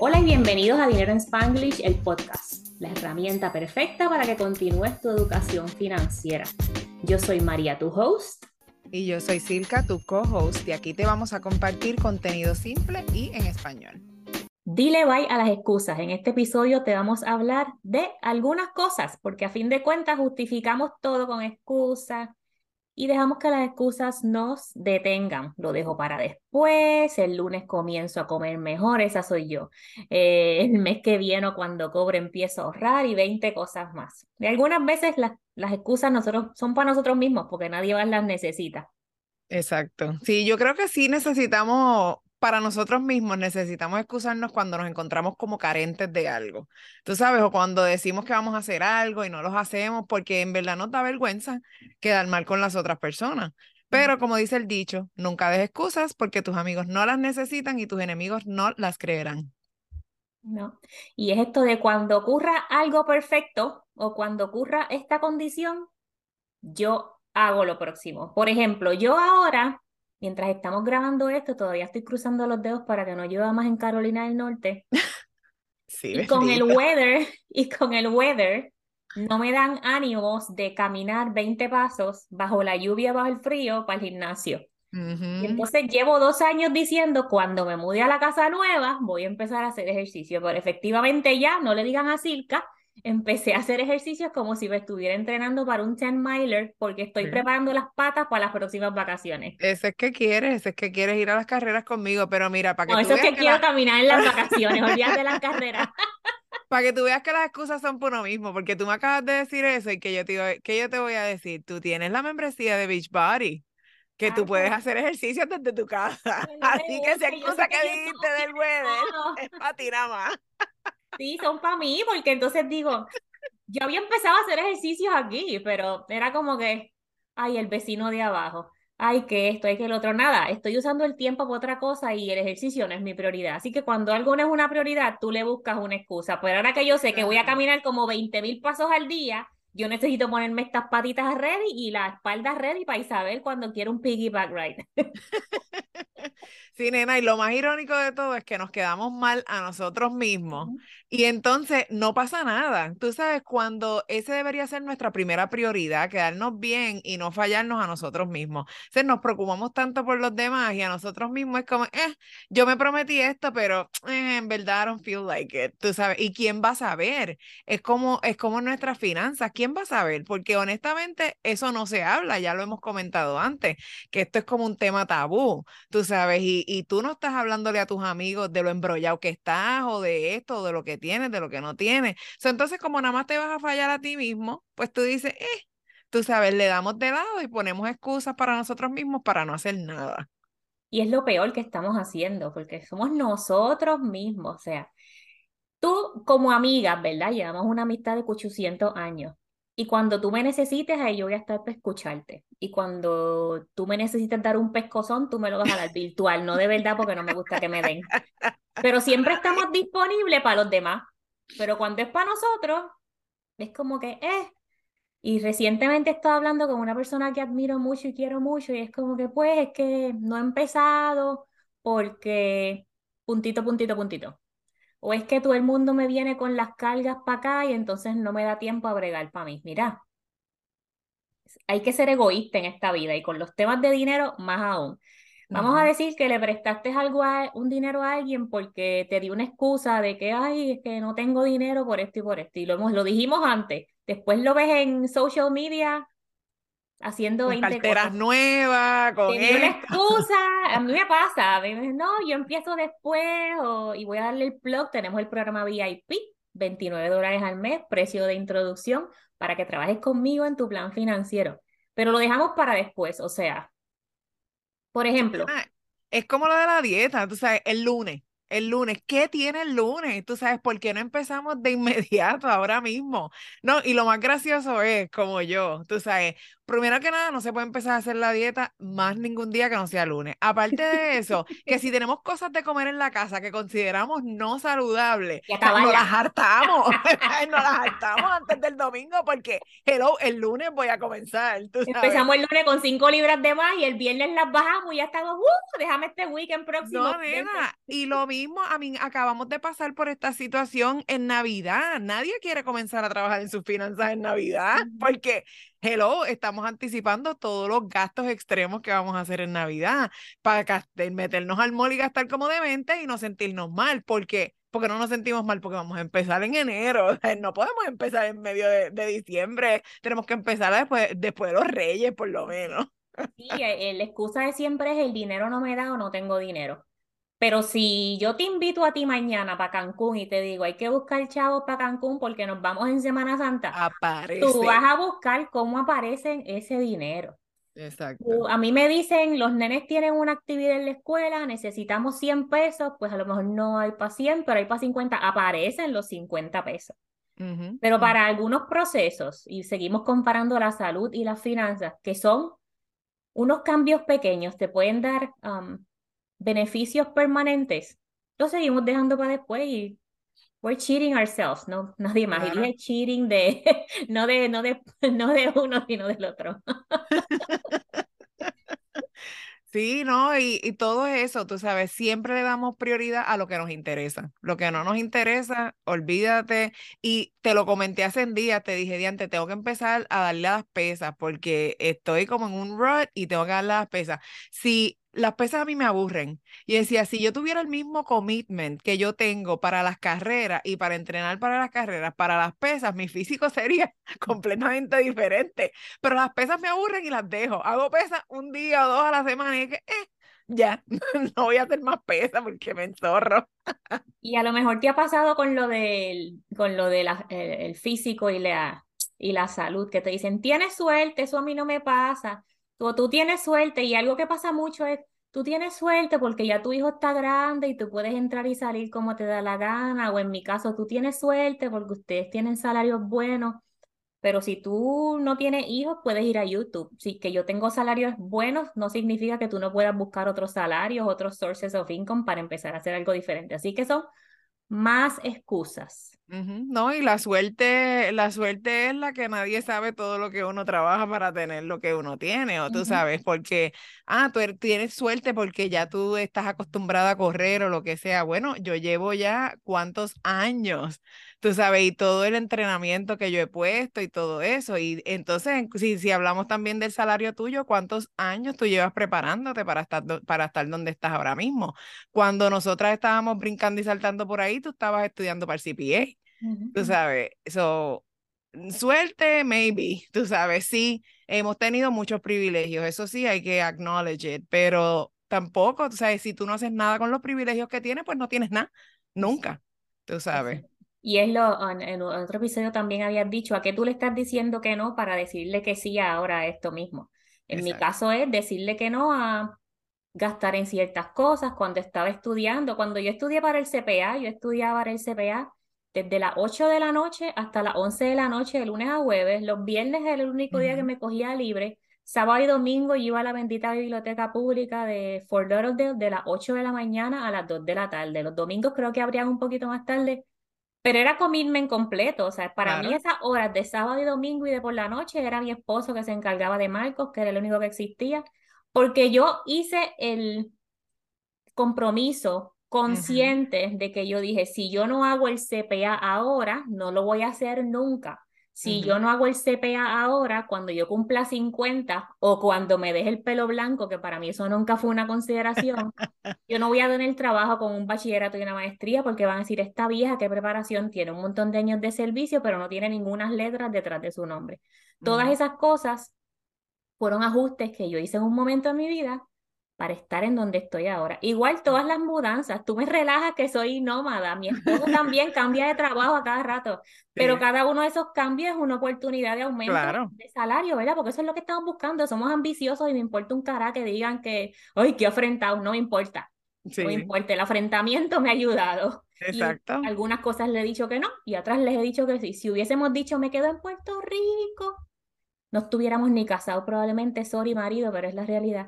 Hola y bienvenidos a Dinero en Spanglish, el podcast, la herramienta perfecta para que continúes tu educación financiera. Yo soy María, tu host. Y yo soy Silka, tu co-host, y aquí te vamos a compartir contenido simple y en español. Dile bye a las excusas. En este episodio te vamos a hablar de algunas cosas, porque a fin de cuentas justificamos todo con excusas y dejamos que las excusas nos detengan. Lo dejo para después, el lunes comienzo a comer mejor, esa soy yo. El mes que viene o cuando cobre empiezo a ahorrar y 20 cosas más. Y algunas veces las excusas son para nosotros mismos porque nadie más las necesita. Exacto. Sí, yo creo que sí necesitamos, para nosotros mismos, necesitamos excusarnos cuando nos encontramos como carentes de algo. Tú sabes, o cuando decimos que vamos a hacer algo y no los hacemos porque en verdad nos da vergüenza quedar mal con las otras personas. Pero como dice el dicho, nunca des excusas porque tus amigos no las necesitan y tus enemigos no las creerán. ¿No? Y es esto de cuando ocurra algo perfecto o cuando ocurra esta condición, yo hago lo próximo. Por ejemplo, yo ahora, mientras estamos grabando esto, todavía estoy cruzando los dedos para que no llueva más en Carolina del Norte. Sí, Y con el bendito. weather, y con el weather, no me dan ánimos de caminar 20 pasos bajo la lluvia, bajo el frío, para el gimnasio. Y Ujú. entonces llevo 2 años diciendo, cuando me mude a la casa nueva, voy a empezar a hacer ejercicio. Pero efectivamente ya, no le digan a Silka, empecé a hacer ejercicios como si me estuviera entrenando para un 10 miler, porque estoy Sí. preparando las patas para las próximas vacaciones. Ese es que quieres ir a las carreras conmigo, pero mira, para que No, tú eso es veas que que quiero caminar en las vacaciones, olvídate de las carreras. para que tú veas que las excusas son por uno mismo, porque tú me acabas de decir eso y que yo te voy a decir, tú tienes la membresía de Beachbody, que Ay, tú puedes pero hacer ejercicio desde tu casa. no me Así que esa gusta, yo sé excusa que que YouTube dijiste del tiene weather todo. es para ti nada más. Sí, son para mí, porque entonces digo, yo había empezado a hacer ejercicios aquí, pero era como que, ay, el vecino de abajo, ay, que esto, ay, que el otro, nada, estoy usando el tiempo para otra cosa y el ejercicio no es mi prioridad. Así que cuando algo no es una prioridad, tú le buscas una excusa. Pero ahora que yo sé que voy a Ajá. caminar como 20.000 pasos al día, yo necesito ponerme estas patitas ready y la espalda ready para Isabel cuando quiera un piggyback ride. Sí, nena, y lo más irónico de todo es que nos quedamos mal a nosotros mismos y entonces no pasa nada. Tú sabes, cuando ese debería ser nuestra primera prioridad, quedarnos bien y no fallarnos a nosotros mismos. O sea, nos preocupamos tanto por los demás y a nosotros mismos es como, yo me prometí esto, pero en verdad I don't feel like it. Tú sabes, ¿y quién va a saber? Es como nuestras finanzas, ¿quién va a saber? Porque honestamente eso no se habla, ya lo hemos comentado antes, que esto es como un tema tabú. Tú sabes, y tú no estás hablándole a tus amigos de lo embrollado que estás, o de esto, o de lo que tienes, de lo que no tienes. Entonces, como nada más te vas a fallar a ti mismo, pues tú dices, tú sabes, le damos de lado y ponemos excusas para nosotros mismos para no hacer nada. Y es lo peor que estamos haciendo, porque somos nosotros mismos. O sea, tú como amiga, ¿verdad? Llevamos una amistad de 800 años. Y cuando tú me necesites, ahí yo voy a estar para escucharte. Y cuando tú me necesites dar un pescozón, tú me lo vas a dar virtual, no de verdad, porque no me gusta que me den. Pero siempre Ay, estamos disponibles para los demás. Pero cuando es para nosotros, es como que, Y recientemente estaba hablando con una persona que admiro mucho y quiero mucho, y es como que, pues, es que no he empezado porque puntito, puntito, puntito. O es que todo el mundo me viene con las cargas para acá y entonces no me da tiempo a bregar para mí. Mira, hay que ser egoísta en esta vida y con los temas de dinero más aún. Vamos a ujú. decir que le prestaste un dinero a alguien porque te dio una excusa de que, ay, es que no tengo dinero por esto y por esto. Y lo dijimos antes. Después lo ves en social media haciendo Con 20 carteras cosas. nuevas, Te con dio la esto. excusa, a mí me pasa, me dicen, no, yo empiezo después y voy a darle el plug, tenemos el programa VIP, $29 al mes, precio de introducción, para que trabajes conmigo en tu plan financiero. Pero lo dejamos para después, o sea, por ejemplo, Nena, es como lo de la dieta, tú sabes, el lunes, ¿qué tiene el lunes? Tú sabes, ¿por qué no empezamos de inmediato, ahora mismo? No, y lo más gracioso es, como yo, tú sabes, primero que nada, no se puede empezar a hacer la dieta más ningún día que no sea lunes. Aparte de eso, que si tenemos cosas de comer en la casa que consideramos no saludables, y o sea, nos las acabarla. hartamos, nos las hartamos antes del domingo porque, hello, el lunes voy a comenzar, tú sabes. Empezamos el lunes con 5 libras de más y el viernes las bajamos y ya estamos, déjame este weekend próximo. No, nena, y lo mismo, a mí acabamos de pasar por esta situación en Navidad. Nadie quiere comenzar a trabajar en sus finanzas en Navidad Ujú. porque, hello, estamos anticipando todos los gastos extremos que vamos a hacer en Navidad para meternos al mall y gastar como demente y no sentirnos mal. ¿Por qué? Porque no nos sentimos mal, porque vamos a empezar en enero. O sea, no podemos empezar en medio de diciembre. Tenemos que empezar después de los Reyes, por lo menos. Sí, la excusa de siempre es el dinero no me da o no tengo dinero. Pero si yo te invito a ti mañana para Cancún y te digo, hay que buscar chavos para Cancún porque nos vamos en Semana Santa, tú vas Aparece. a buscar cómo aparecen ese dinero. Exacto. A mí me dicen, los nenes tienen una actividad en la escuela, necesitamos 100 pesos, pues a lo mejor no hay para 100, pero hay para 50, aparecen los 50 pesos. Ujú, Pero ujú. para algunos procesos, y seguimos comparando la salud y las finanzas, que son unos cambios pequeños, te pueden dar beneficios permanentes, lo seguimos dejando para después y we're cheating ourselves, no, nadie más. Y Claro. dije cheating de, no de uno, sino del otro. Sí, ¿no? Y todo eso, tú sabes, siempre le damos prioridad a lo que nos interesa. Lo que no nos interesa, olvídate. Y te lo comenté hace un día, te dije, Diante, tengo que empezar a darle a las pesas porque estoy como en un rut y tengo que darle a las pesas. Si las pesas a mí me aburren. Y decía, si yo tuviera el mismo commitment que yo tengo para las carreras y para entrenar para las carreras, para las pesas, mi físico sería completamente diferente. Pero las pesas me aburren y las dejo. Hago pesas un día o dos a la semana y es que, ya, no voy a hacer más pesas porque me enzorro. Y a lo mejor te ha pasado con lo de el físico y la salud, que te dicen, tienes suerte, eso a mí no me pasa. Tú tienes suerte y algo que pasa mucho es, tú tienes suerte porque ya tu hijo está grande y tú puedes entrar y salir como te da la gana, o en mi caso, tú tienes suerte porque ustedes tienen salarios buenos. Pero si tú no tienes hijos, puedes ir a YouTube. Sí, que yo tengo salarios buenos no significa que tú no puedas buscar otros salarios, otros sources of income para empezar a hacer algo diferente. Así que son más excusas. Ujú. No, y la suerte es la que nadie sabe todo lo que uno trabaja para tener lo que uno tiene, o tú Ujú, sabes, porque, tienes suerte porque ya tú estás acostumbrada a correr o lo que sea. Bueno, yo llevo ya cuántos años, tú sabes, y todo el entrenamiento que yo he puesto y todo eso. Y entonces, si hablamos también del salario tuyo, ¿cuántos años tú llevas preparándote para estar, para estar donde estás ahora mismo? Cuando nosotras estábamos brincando y saltando por ahí, tú estabas estudiando para el CPA. Tú ujú. sabes, suerte, maybe, tú sabes, sí, hemos tenido muchos privilegios, eso sí, hay que acknowledge it, pero tampoco, tú sabes, si tú no haces nada con los privilegios que tienes, pues no tienes nada, Exacto, nunca, tú sabes. exacto. Y es en otro episodio también habías dicho a qué tú le estás diciendo que no para decirle que sí ahora a esto mismo. En mi Exacto. caso es decirle que no a gastar en ciertas cosas cuando estaba estudiando. Cuando yo estudié para el CPA, yo estudiaba para el CPA desde las 8 de la noche hasta las 11 de la noche, de lunes a jueves. Los viernes era el único día que Ujú, me cogía libre. Sábado y domingo yo iba a la bendita biblioteca pública de Fort Lauderdale de las 8 de la mañana a las 2 de la tarde. Los domingos creo que abrían un poquito más tarde, pero era commitment completo. O sea, para mí claro. esas horas de sábado y domingo y de por la noche era mi esposo que se encargaba de Marcos, que era el único que existía, porque yo hice el compromiso Ujú, consciente de que yo dije, si yo no hago el CPA ahora, no lo voy a hacer nunca. Si yo ujú, no hago el CPA ahora, cuando yo cumpla 50 o cuando me deje el pelo blanco, que para mí eso nunca fue una consideración, yo no voy a tener trabajo con un bachillerato y una maestría porque van a decir, esta vieja, qué preparación, tiene un montón de años de servicio, pero no tiene ninguna letras detrás de su nombre. Todas ujú. esas cosas fueron ajustes que yo hice en un momento de mi vida para estar en donde estoy ahora. Igual todas las mudanzas, tú me relajas que soy nómada, mi esposo también cambia de trabajo a cada rato, pero Sí, cada uno de esos cambios es una oportunidad de aumento claro, de salario, ¿verdad? Porque eso es lo que estamos buscando, somos ambiciosos y me importa un cara que digan que, ay, qué afrentado, no me importa, no me sí, importa, el afrentamiento me ha ayudado. Y exacto. algunas cosas le he dicho que no y otras les he dicho que sí. Si hubiésemos dicho me quedo en Puerto Rico, no estuviéramos ni casados probablemente, sorry marido, pero es la realidad.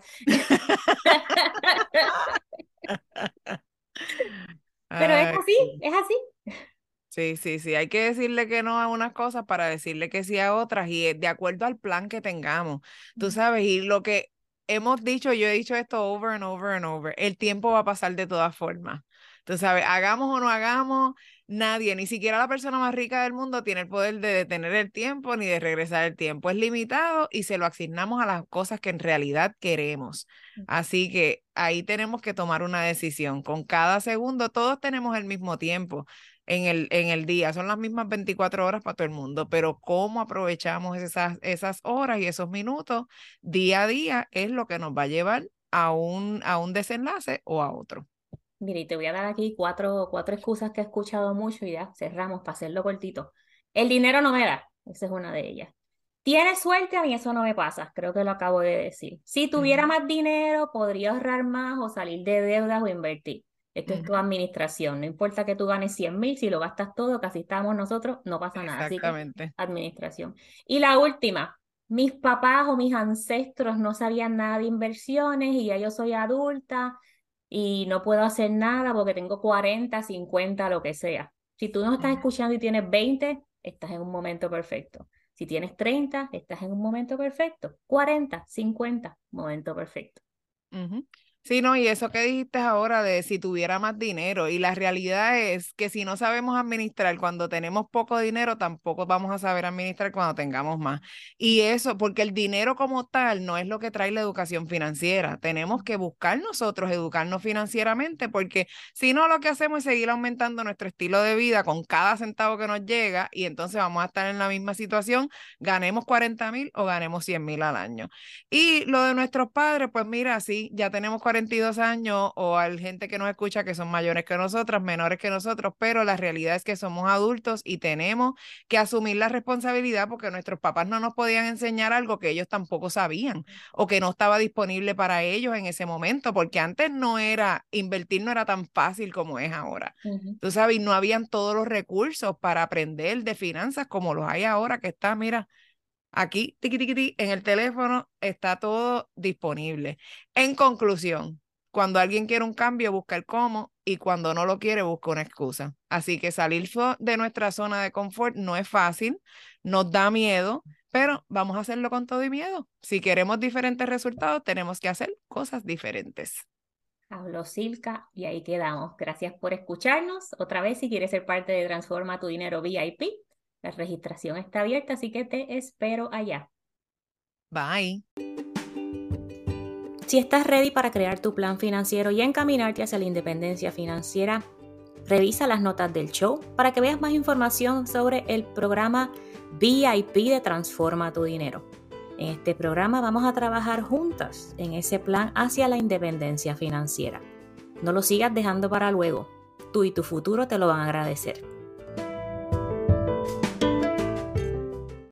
Pero es Ay, así, sí. es así. Sí, sí, sí, hay que decirle que no a unas cosas para decirle que sí a otras y de acuerdo al plan que tengamos, tú sabes, y lo que hemos dicho, yo he dicho esto over and over and over, el tiempo va a pasar de todas formas. Tú sabes, hagamos o no hagamos, nadie, ni siquiera la persona más rica del mundo tiene el poder de detener el tiempo ni de regresar el tiempo. Es limitado y se lo asignamos a las cosas que en realidad queremos. Así que ahí tenemos que tomar una decisión. Con cada segundo, todos tenemos el mismo tiempo en el día. Son las mismas 24 horas para todo el mundo, pero cómo aprovechamos esas horas y esos minutos día a día es lo que nos va a llevar a un desenlace o a otro. Mire, y te voy a dar aquí cuatro excusas que he escuchado mucho y ya cerramos para hacerlo cortito. El dinero no me da, esa es una de ellas. Tienes suerte, a mí eso no me pasa, creo que lo acabo de decir. Si tuviera Ujú, más dinero, podría ahorrar más o salir de deudas o invertir. Esto es tu ujú, administración, no importa que tú ganes 100,000, si lo gastas todo, casi estamos nosotros, no pasa nada. Así que exactamente. administración. Y la última, mis papás o mis ancestros no sabían nada de inversiones y ya yo soy adulta y no puedo hacer nada porque tengo 40, 50, lo que sea. Si tú nos estás Ujú, escuchando y tienes 20, estás en un momento perfecto. Si tienes 30, estás en un momento perfecto. 40, 50, momento perfecto. ujú. Sí, no, y eso que dijiste ahora de si tuviera más dinero, y la realidad es que si no sabemos administrar cuando tenemos poco dinero, tampoco vamos a saber administrar cuando tengamos más. Y eso, porque el dinero como tal no es lo que trae la educación financiera. Tenemos que buscar nosotros educarnos financieramente, porque si no, lo que hacemos es seguir aumentando nuestro estilo de vida con cada centavo que nos llega, y entonces vamos a estar en la misma situación, ganemos 40,000 o ganemos 100,000 al año. Y lo de nuestros padres, pues mira, sí, ya tenemos 42 años o hay gente que nos escucha que son mayores que nosotras, menores que nosotros, pero la realidad es que somos adultos y tenemos que asumir la responsabilidad porque nuestros papás no nos podían enseñar algo que ellos tampoco sabían o que no estaba disponible para ellos en ese momento, porque antes no era, invertir no era tan fácil como es ahora. Ujú, Tú sabes, y no habían todos los recursos para aprender de finanzas como los hay ahora, que está, mira, aquí, tiqui, tiqui, tiqui, en el teléfono está todo disponible. En conclusión, cuando alguien quiere un cambio, busca el cómo y cuando no lo quiere, busca una excusa. Así que salir de nuestra zona de confort no es fácil, nos da miedo, pero vamos a hacerlo con todo y miedo. Si queremos diferentes resultados, tenemos que hacer cosas diferentes. habló Silka y ahí quedamos. Gracias por escucharnos. Otra vez, si quieres ser parte de Transforma tu Dinero VIP, la registración está abierta, así que te espero allá. Bye. Si estás ready para crear tu plan financiero y encaminarte hacia la independencia financiera, revisa las notas del show para que veas más información sobre el programa VIP de Transforma tu Dinero. En este programa vamos a trabajar juntas en ese plan hacia la independencia financiera. No lo sigas dejando para luego. Tú y tu futuro te lo van a agradecer.